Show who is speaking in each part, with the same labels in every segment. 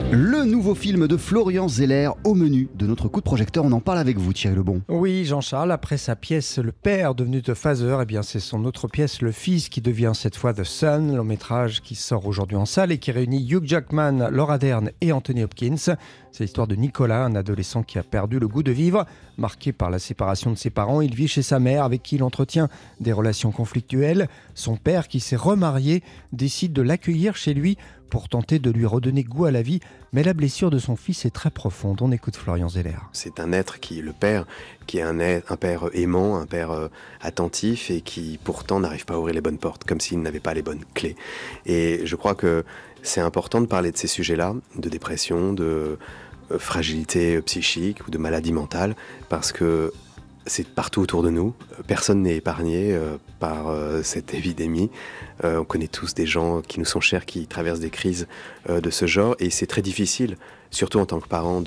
Speaker 1: Le nouveau film de Florian Zeller au menu de notre coup de projecteur. On en parle avec vous, Thierry Lebon.
Speaker 2: Oui, Jean-Charles, après sa pièce Le Père, devenu The Father, eh bien c'est son autre pièce Le Fils qui devient cette fois The Son, long métrage qui sort aujourd'hui en salle et qui réunit Hugh Jackman, Laura Dern et Anthony Hopkins. C'est l'histoire de Nicolas, un adolescent qui a perdu le goût de vivre. Marqué par la séparation de ses parents, il vit chez sa mère avec qui il entretient des relations conflictuelles. Son père, qui s'est remarié, décide de l'accueillir chez lui pour tenter de lui redonner goût à la vie. Mais la blessure de son fils est très profonde. On écoute Florian Zeller.
Speaker 3: C'est un être qui est le père, qui est un père aimant, un père attentif et qui pourtant n'arrive pas à ouvrir les bonnes portes, comme s'il n'avait pas les bonnes clés. Et je crois que c'est important de parler de ces sujets-là, de dépression, de fragilité psychique ou de maladie mentale, parce que c'est partout autour de nous. Personne n'est épargné par cette épidémie. On connaît tous des gens qui nous sont chers, qui traversent des crises de ce genre. Et c'est très difficile, surtout en tant que parent,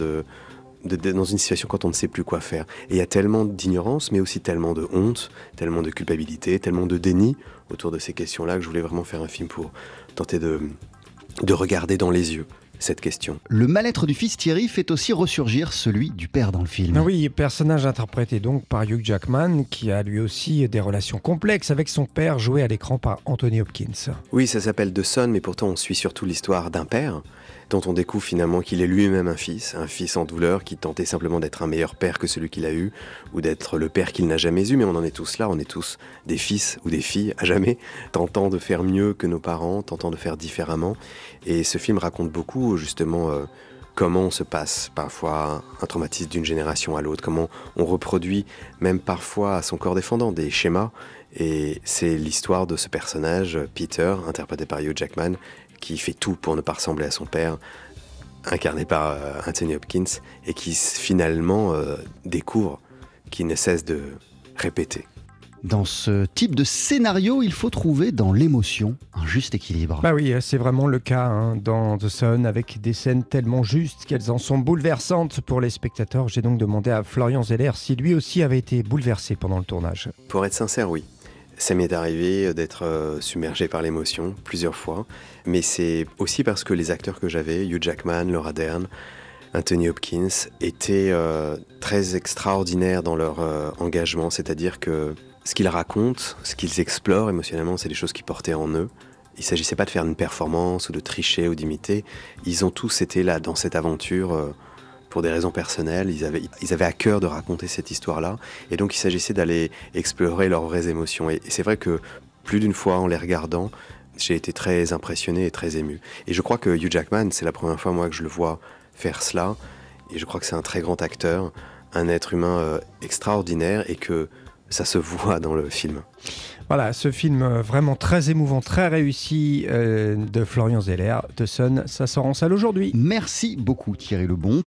Speaker 3: dans une situation quand on ne sait plus quoi faire. Et il y a tellement d'ignorance, mais aussi tellement de honte, tellement de culpabilité, tellement de déni autour de ces questions-là que je voulais vraiment faire un film pour tenter de regarder dans les yeux cette question.
Speaker 1: Le mal-être du fils Thierry fait aussi ressurgir celui du père dans le film.
Speaker 2: Oui, personnage interprété donc par Hugh Jackman, qui a lui aussi des relations complexes avec son père, joué à l'écran par Anthony Hopkins.
Speaker 3: Oui, ça s'appelle The Son, mais pourtant on suit surtout l'histoire d'un père, dont on découvre finalement qu'il est lui-même un fils en douleur, qui tentait simplement d'être un meilleur père que celui qu'il a eu, ou d'être le père qu'il n'a jamais eu, mais on en est tous là, on est tous des fils ou des filles à jamais, tentant de faire mieux que nos parents, tentant de faire différemment. Et ce film raconte beaucoup justement comment on se passe parfois un traumatisme d'une génération à l'autre, comment on reproduit même parfois à son corps défendant des schémas. Et c'est l'histoire de ce personnage, Peter, interprété par Hugh Jackman, qui fait tout pour ne pas ressembler à son père, incarné par Anthony Hopkins, et qui finalement découvre qu'il ne cesse de répéter.
Speaker 1: Dans ce type de scénario, il faut trouver dans l'émotion un juste équilibre.
Speaker 2: Bah oui, c'est vraiment le cas dans The Son, avec des scènes tellement justes qu'elles en sont bouleversantes pour les spectateurs. J'ai donc demandé à Florian Zeller si lui aussi avait été bouleversé pendant le tournage.
Speaker 3: Pour être sincère, oui. Ça m'est arrivé d'être submergé par l'émotion plusieurs fois, mais c'est aussi parce que les acteurs que j'avais, Hugh Jackman, Laura Dern, Anthony Hopkins, étaient très extraordinaires dans leur engagement, c'est-à-dire que ce qu'ils racontent, ce qu'ils explorent émotionnellement, c'est des choses qui portaient en eux. Il ne s'agissait pas de faire une performance ou de tricher ou d'imiter. Ils ont tous été là dans cette aventure pour des raisons personnelles. Ils avaient à cœur de raconter cette histoire-là. Et donc il s'agissait d'aller explorer leurs vraies émotions. Et c'est vrai que plus d'une fois en les regardant, j'ai été très impressionné et très ému. Et je crois que Hugh Jackman, c'est la première fois moi que je le vois faire cela. Et je crois que c'est un très grand acteur, un être humain extraordinaire et que ça se voit dans le film.
Speaker 2: Voilà, ce film vraiment très émouvant, très réussi de Florian Zeller, The Son, ça sort en salle aujourd'hui.
Speaker 1: Merci beaucoup Thierry Lebon.